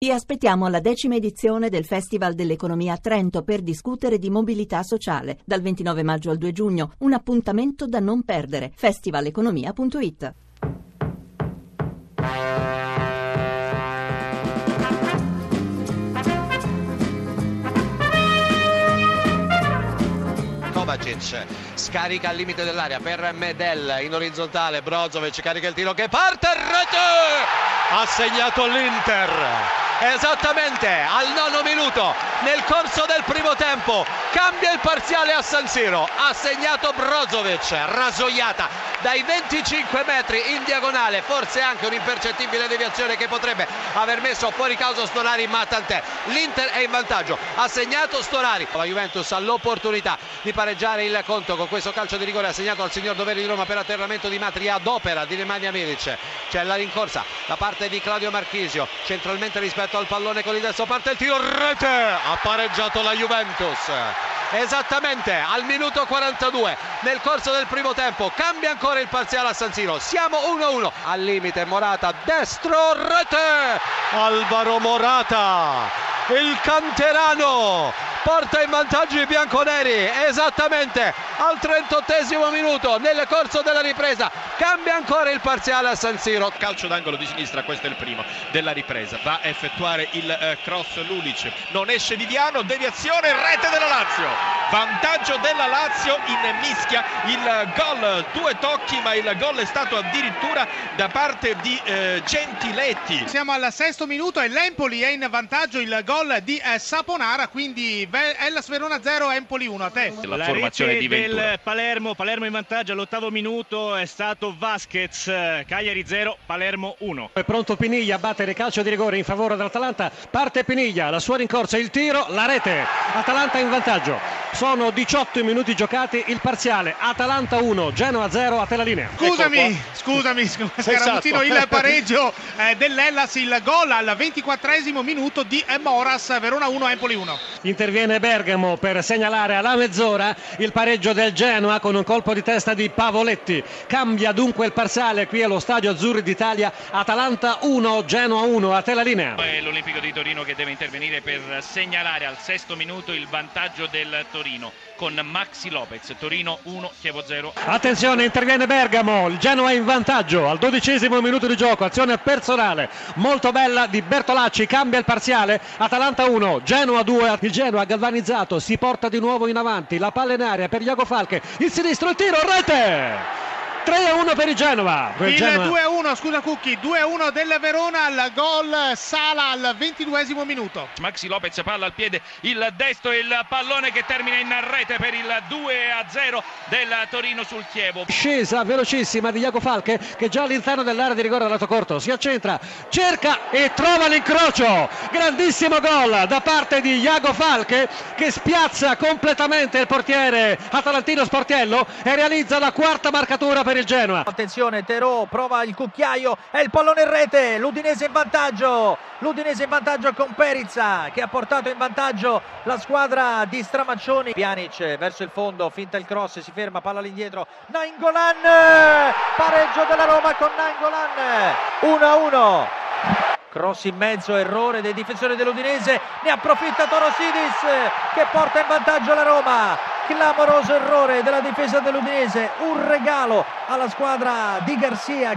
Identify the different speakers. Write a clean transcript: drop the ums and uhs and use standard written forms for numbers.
Speaker 1: Vi aspettiamo alla 10ª edizione del Festival dell'Economia a Trento per discutere di mobilità sociale. Dal 29 maggio al 2 giugno, un appuntamento da non perdere. festivaleconomia.it.
Speaker 2: Kovacic scarica al limite dell'area per Medel in orizzontale, Brozovic carica il tiro che parte, rete! Ha segnato l'Inter esattamente al 9° minuto nel corso del primo tempo, cambia il parziale a San Siro, ha segnato Brozovic, rasoiata dai 25 metri in diagonale, forse anche un'impercettibile deviazione che potrebbe aver messo fuori causa Stonari, ma tant'è, l'Inter è in vantaggio, ha segnato Stonari, la Juventus ha l'opportunità di pareggiare il conto con questo calcio di rigore assegnato al signor Doveri di Roma per atterramento di Matri ad opera di Nemanja Milic. C'è la rincorsa da parte di Claudio Marchisio centralmente rispetto al pallone con il destro, parte il tiro, rete, ha pareggiato la Juventus esattamente al minuto 42 nel corso del primo tempo, cambia ancora il parziale a San Siro, siamo 1-1 al limite, Morata destro, rete, Alvaro Morata, il canterano porta in vantaggio i bianconeri esattamente al 38° minuto nel corso della ripresa, cambia ancora il parziale a San Siro,
Speaker 3: calcio d'angolo di sinistra, questo è il primo della ripresa, va a effettuare il cross Lulic, non esce Viviano, deviazione, rete della Lazio, vantaggio della Lazio in mischia, il gol, 2 tocchi ma il gol è stato addirittura da parte di Gentiletti.
Speaker 4: Siamo al 6° minuto e l'Empoli è in vantaggio, il gol di Saponara, quindi Hellas Verona 0, Empoli 1. A te.
Speaker 5: La formazione di Ventura. Palermo in vantaggio all'8° minuto è stato Vasquez, Cagliari 0, Palermo 1.
Speaker 6: È pronto Piniglia a battere calcio di rigore in favore dell'Atalanta, parte Piniglia, la sua rincorsa, il tiro, la rete, Atalanta in vantaggio. Sono 18 minuti giocati, il parziale Atalanta 1, Genoa 0, a te la linea.
Speaker 4: Scusami, Scaramutino, il pareggio dell'Hellas, il gol al 24° minuto di Moras, Verona 1, Empoli 1.
Speaker 6: Interviene Bergamo per segnalare alla mezz'ora il pareggio del Genoa con un colpo di testa di Pavoletti. Cambia dunque il parziale qui allo Stadio Azzurri d'Italia, Atalanta 1, Genoa 1, a te la linea.
Speaker 5: È l'Olimpico di Torino che deve intervenire per segnalare al 6° minuto il vantaggio del Torino con Maxi Lopez, Torino 1, Chievo 0.
Speaker 6: Attenzione, interviene Bergamo, il Genoa è in vantaggio al 12° minuto di gioco, azione personale molto bella di Bertolacci, cambia il parziale, Atalanta 1, Genoa 2, il Genoa galvanizzato si porta di nuovo in avanti, la palla in aria per Iago Falche, il sinistro, il tiro, rete! 3-1 per il Genova.
Speaker 4: Il 2-1, scusa Cucchi, 2-1 del Verona, al gol Sala al 22° minuto.
Speaker 5: Maxi Lopez, palla al piede, il destro, il pallone che termina in rete per il 2-0 del Torino sul Chievo.
Speaker 6: Scesa velocissima di Iago Falche che già all'interno dell'area di rigore a lato corto si accentra, cerca e trova l'incrocio. Grandissimo gol da parte di Iago Falche che spiazza completamente il portiere atalantino Sportiello e realizza la 4ª marcatura per il Genoa.
Speaker 7: Attenzione, Terò prova il cucchiaio e il pallone in rete, l'Udinese in vantaggio con Perizza che ha portato in vantaggio la squadra di Stramaccioni. Pjanic verso il fondo, finta il cross, si ferma, palla all'indietro, Nainggolan, pareggio della Roma con Nainggolan, 1-1. Cross in mezzo, errore dei difensori dell'Udinese, ne approfitta Torosidis che porta in vantaggio la Roma. Clamoroso errore della difesa dell'Udinese, un regalo alla squadra di Garcia.